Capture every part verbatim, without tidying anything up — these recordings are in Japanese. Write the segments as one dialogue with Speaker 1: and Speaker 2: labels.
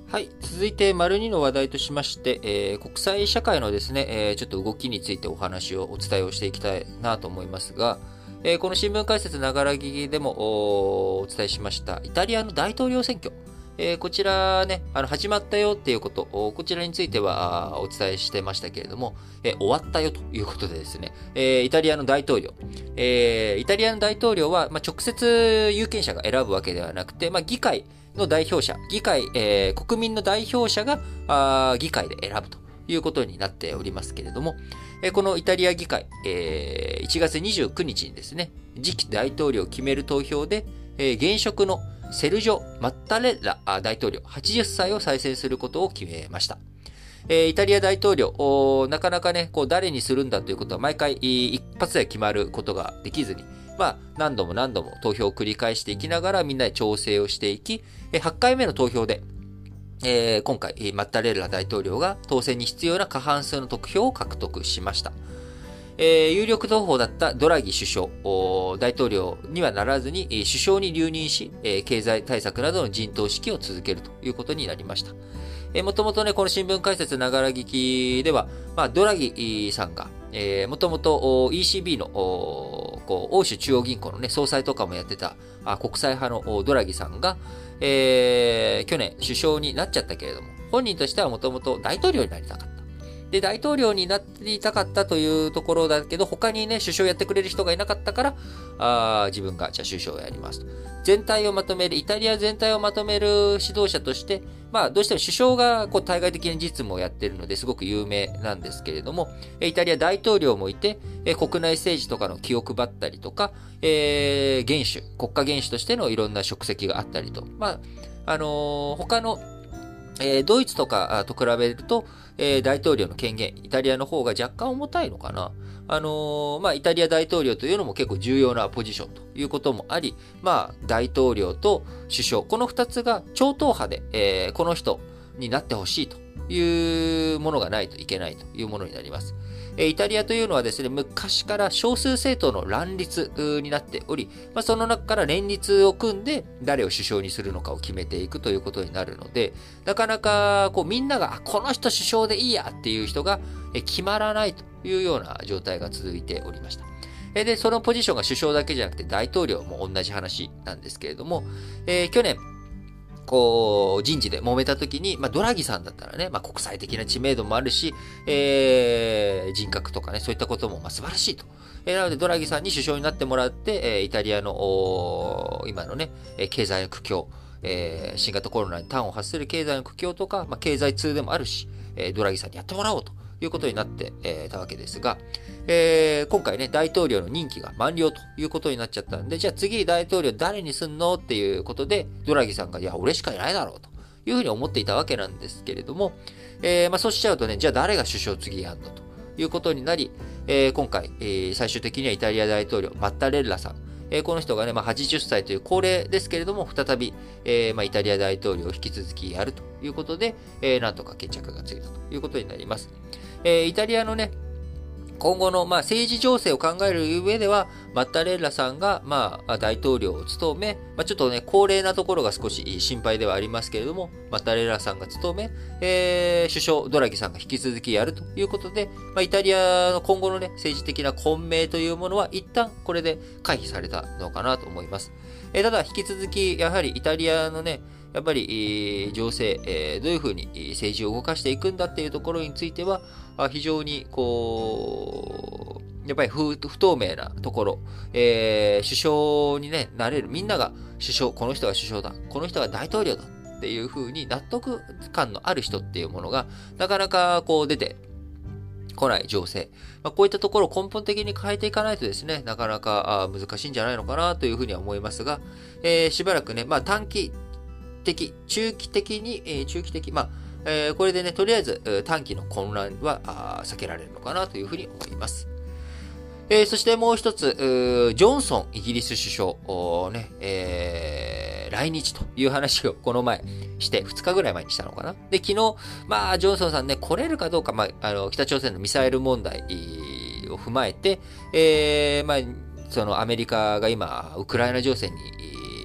Speaker 1: はい。続いて、丸にの話題としまして、えー国際社会のですね、えーちょっと動きについてお話をお伝えをしていきたいなと思いますが、えーこの新聞解説ながら聞きでもおお伝えしました、イタリアの大統領選挙。えーこちらね、あの、始まったよっていうこと、おこちらについてはあーお伝えしてましたけれども、えー終わったよということでですね、えーイタリアの大統領。えーイタリアの大統領は、まあ、直接有権者が選ぶわけではなくて、まあ、議会、の代表者、議会、えー国民の代表者があー議会で選ぶということになっておりますけれども、えーこのイタリア議会、えーいちがつにじゅうくにちにですね、次期大統領を決める投票で、えー現職のセルジョ・マッタレッラあ大統領はちじゅっさいを再選することを決めました。えーイタリア大統領、おーなかなかね、こう誰にするんだということは毎回い一発で決まることができずに、まあ、何度も何度も投票を繰り返していきながらみんなで調整をしていき、えーはちかいめの投票で、えー今回、マッタレッラ大統領が当選に必要な過半数の得票を獲得しました。えー有力同胞だったドラギ首相、お大統領にはならずに、えー首相に留任し、えー経済対策などの陣頭指揮を続けるということになりました。えー、もともとね、この新聞解説ながら聞きでは、まあ、ドラギさんが、えー、もともと イーシービー のおこう欧州中央銀行のね、総裁とかもやってたあ国際派のおドラギさんが、えー去年首相になっちゃったけれども、本人としてはもともと大統領になりたかった。で、大統領になりたかったというところだけど、他にね、首相やってくれる人がいなかったから、あー自分が、じゃあ首相をやりますと。全体をまとめる、イタリア全体をまとめる指導者として、まあ、どうしても首相が、こう、対外的に実務をやっているので、すごく有名なんですけれども、イタリア大統領もいて、国内政治とかの気を配ったりとか、えー、元首、国家元首としてのいろんな職責があったりと、まあ、あのー他の、えードイツとかと比べると、えー大統領の権限、イタリアの方が若干重たいのかな。あのーまあ、イタリア大統領というのも結構重要なポジションということもあり、まあ、大統領と首相、この二つが超党派で、えーこの人になってほしいというものがないといけないというものになります。えーイタリアというのはですね、昔から少数政党の乱立うになっており、まあ、その中から連立を組んで誰を首相にするのかを決めていくということになるので、なかなかこうみんながあこの人首相でいいやっていう人がえ決まらないというような状態が続いておりました。えで、そのポジションが首相だけじゃなくて大統領も同じ話なんですけれども、えー去年、こう、人事で揉めた時に、まあ、ドラギさんだったらね、まあ、国際的な知名度もあるし、えー、人格とかね、そういったことも、まあ、素晴らしいと。えーなので、ドラギさんに首相になってもらって、えーイタリアの、おー今のね、えー経済の苦境、えー新型コロナに端を発する経済の苦境とか、まあ、経済通でもあるし、えードラギさんにやってもらおうということになって、えーたわけですが、えー今回ね、大統領の任期が満了ということになっちゃったんで、じゃあ次大統領誰にすんのっていうことで、ドラギさんが、いや、俺しかいないだろうというふうに思っていたわけなんですけれども、えーまあそうしちゃうとね、じゃあ誰が首相次やんのということになり、えー今回、えー最終的にはイタリア大統領、マッタレッラさん、えーこの人がね、まあ、はちじゅっさいという高齢ですけれども、再び、えーまあ、イタリア大統領を引き続きやるということで、えーなんとか決着がついたということになります。えーイタリアのね、今後の、まあ、政治情勢を考える上では、マッタレッラさんが、まあ、大統領を務め、まあ、ちょっとね、高齢なところが少し心配ではありますけれども、マッタレッラさんが務め、えー首相、ドラギさんが引き続きやるということで、まあ、イタリアの今後のね、政治的な混迷というものは、一旦これで回避されたのかなと思います。えーただ、引き続き、やはりイタリアのね、やっぱり、えー情勢、えーどういうふうにえー政治を動かしていくんだっていうところについては、あ非常に、こう、やっぱり不不透明なところ、えー首相に、ね、なれる、みんなが首相、この人が首相だ、この人が大統領だっていうふうに納得感のある人っていうものが、なかなかこう出てこない情勢。まあ、こういったところを根本的に変えていかないとですね、なかなかあ難しいんじゃないのかなというふうには思いますが、えーしばらくね、まあ短期的、中期的に、えー中期的、まあ、えーこれでね、とりあえずえー短期の混乱はあー避けられるのかなというふうに思います。えーそしてもう一つ、うージョンソンイギリス首相、おーね、えー来日という話をこの前して、ふつかぐらい前にしたのかな。で、昨日、まあ、ジョンソンさんね、来れるかどうか、まあ、あの、北朝鮮のミサイル問題を踏まえて、えーまあ、そのアメリカが今、ウクライナ情勢にえーこう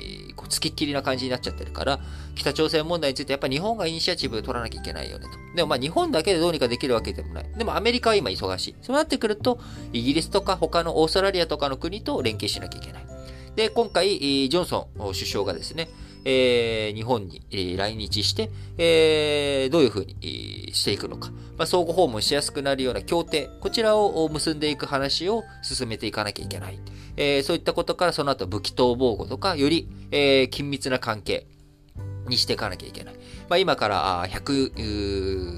Speaker 1: つきっきりな感じになっちゃってるから、北朝鮮問題についてやっぱ日本がイニシアチブを取らなきゃいけないよねと。でもまあ日本だけでどうにかできるわけでもない。でもアメリカは今忙しい。そうなってくると、イギリスとか他のオーストラリアとかの国と連携しなきゃいけない。で、今回、ジョンソン首相がですね、えー、日本に、えー、来日して、えー、どういうふうに、えー、していくのか、まあ、相互訪問しやすくなるような協定、こちらを結んでいく話を進めていかなきゃいけない。えー、そういったことからその後武器逃亡後とか、より、えー、緊密な関係にしていかなきゃいけない。まあ、今からひゃく、え ?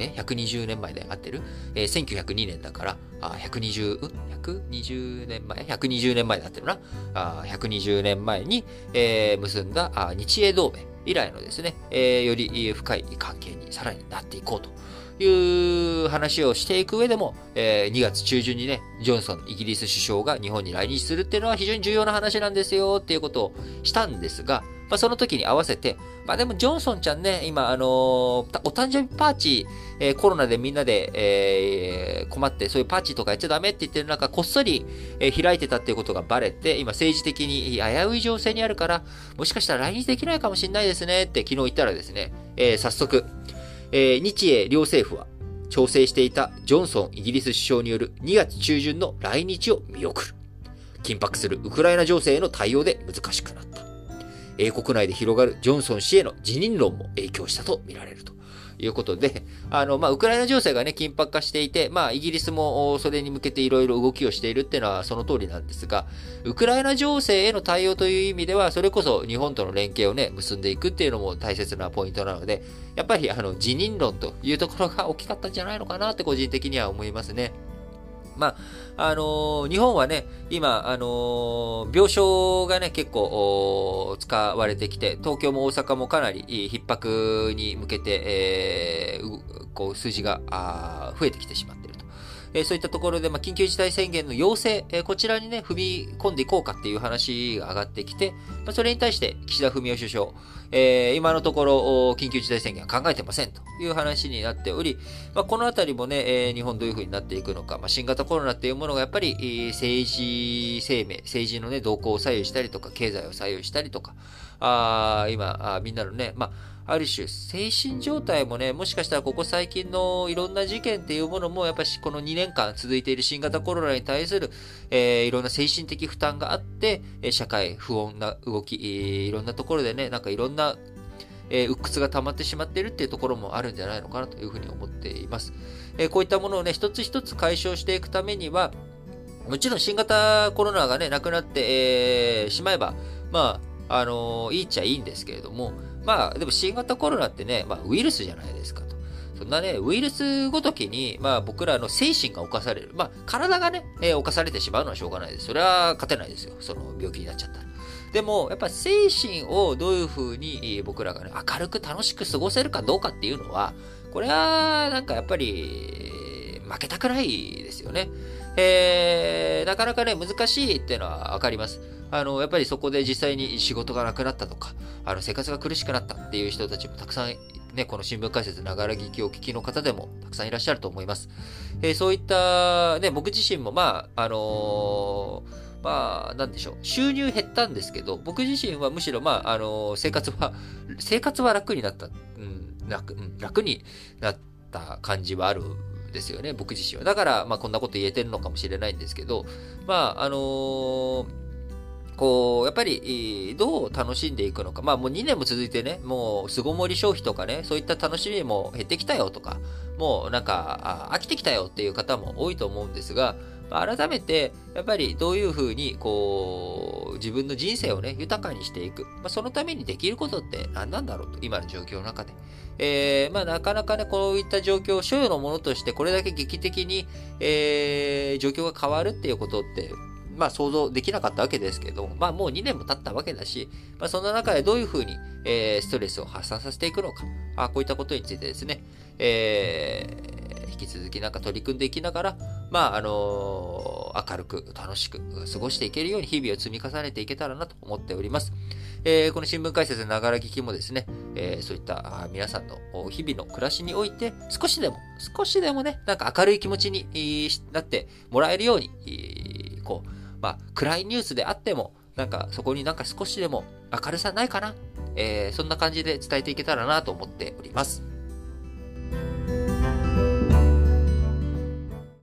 Speaker 1: ひゃくにじゅうねんまえで合ってる、えー、せんきゅうひゃくにねんだから、あひゃくにじゅう、ひゃくにじゅうねんまえ ?ひゃくにじゅうねんまえで合ってるな。あひゃくにじゅうねんまえに、えー、結んだあ日英同盟以来のですね、えー、より深い関係にさらになっていこうという話をしていく上でも、えー、にがつ中旬にね、ジョンソン、イギリス首相が日本に来日するっていうのは非常に重要な話なんですよっていうことをしたんですが、まあ、その時に合わせて、まあでもジョンソンちゃんね、今、あのー、お誕生日パーティー、えー、コロナでみんなで、えー、困って、そういうパーティーとかやっちゃダメって言ってる中、こっそり、えー、開いてたっていうことがバレて、今政治的に危うい情勢にあるから、もしかしたら来日できないかもしれないですねって昨日言ったらですね、えー、早速、えー、日英両政府は調整していたジョンソンイギリス首相によるにがつ中旬の来日を見送る。緊迫するウクライナ情勢への対応で難しくなった。英国内で広がるジョンソン氏への辞任論も影響したと見られるということで、あの、まあ、ウクライナ情勢がね、緊迫化していて、まあ、イギリスもそれに向けていろいろ動きをしているっていうのはその通りなんですが、ウクライナ情勢への対応という意味では、それこそ日本との連携をね、結んでいくっていうのも大切なポイントなので、やっぱりあの、辞任論というところが大きかったんじゃないのかなって個人的には思いますね。まあ、あのー、日本はね、今、あのー、病床がね、結構、使われてきて、東京も大阪もかなり逼迫に向けて、えー、こう、数字が、増えてきてしまっていると。えー、そういったところで、まあ、緊急事態宣言の要請、えー、こちらにね、踏み込んでいこうかっていう話が上がってきて、まあ、それに対して、岸田文雄首相、えー、今のところ、緊急事態宣言は考えてませんという話になっており、まあ、このあたりもね、えー、日本どういう風になっていくのか、まあ、新型コロナっていうものがやっぱり、えー、政治生命、政治のね、動向を左右したりとか、経済を左右したりとか、あ今あ、みんなのね、まあ、ある種、精神状態もね、もしかしたらここ最近のいろんな事件っていうものも、やっぱりこのにねんかん続いている新型コロナに対する、えー、いろんな精神的負担があって、社会不穏な動き、いろんなところでね、なんかいろんな、えー、鬱屈が溜まってしまっているっていうところもあるんじゃないのかなというふうに思っています。えー、こういったものをね、一つ一つ解消していくためには、もちろん新型コロナがね、なくなって、えー、しまえば、まあ、あのー、いいっちゃいいんですけれども、まあ、でも新型コロナってね、まあ、ウイルスじゃないですかと。そんなね、ウイルスごときに、まあ、僕らの精神が侵される。まあ、体がね、えー、侵されてしまうのはしょうがないです。それは勝てないですよ。その病気になっちゃったら。でも、やっぱ精神をどういうふうに僕らがね、明るく楽しく過ごせるかどうかっていうのは、これは、なんかやっぱり、負けたくないですよね。えー、なかなかね、難しいっていうのはわかります。あの、やっぱりそこで実際に仕事がなくなったとか、あの、生活が苦しくなったっていう人たちもたくさん、ね、この新聞解説ながら聞きを聞きの方でもたくさんいらっしゃると思います。えー、そういった、ね、僕自身も、まあ、あのー、まあ、なんでしょう。収入減ったんですけど、僕自身はむしろ、まあ、あのー、生活は、生活は楽になった。うん、楽、うん、楽になった感じはあるんですよね、僕自身は。だから、まあ、こんなこと言えてるのかもしれないんですけど、まあ、あのー、こう、やっぱり、どう楽しんでいくのか。まあもうにねんも続いてね、もう巣ごもり消費とかね、そういった楽しみも減ってきたよとか、もうなんか、飽きてきたよっていう方も多いと思うんですが、改めて、やっぱりどういうふうに、こう、自分の人生をね、豊かにしていく。まあそのためにできることって何なんだろうと、今の状況の中で。えー、まあなかなかね、こういった状況、所有のものとしてこれだけ劇的に、えー、状況が変わるっていうことって、まあ想像できなかったわけですけども、まあもうにねんも経ったわけだし、まあその中でどういうふうに、えー、ストレスを発散させていくのか、あこういったことについてですね、えー、引き続きなんか取り組んでいきながら、まああのー、明るく楽しく過ごしていけるように日々を積み重ねていけたらなと思っております。えー、この新聞解説ながら聞きもですね、えー、そういった皆さんの日々の暮らしにおいて少しでも、少しでもね、なんか明るい気持ちになってもらえるように、こう、まあ、暗いニュースであっても、 なんかそこになんか少しでも明るさないかな、えー、そんな感じで伝えていけたらなと思っております。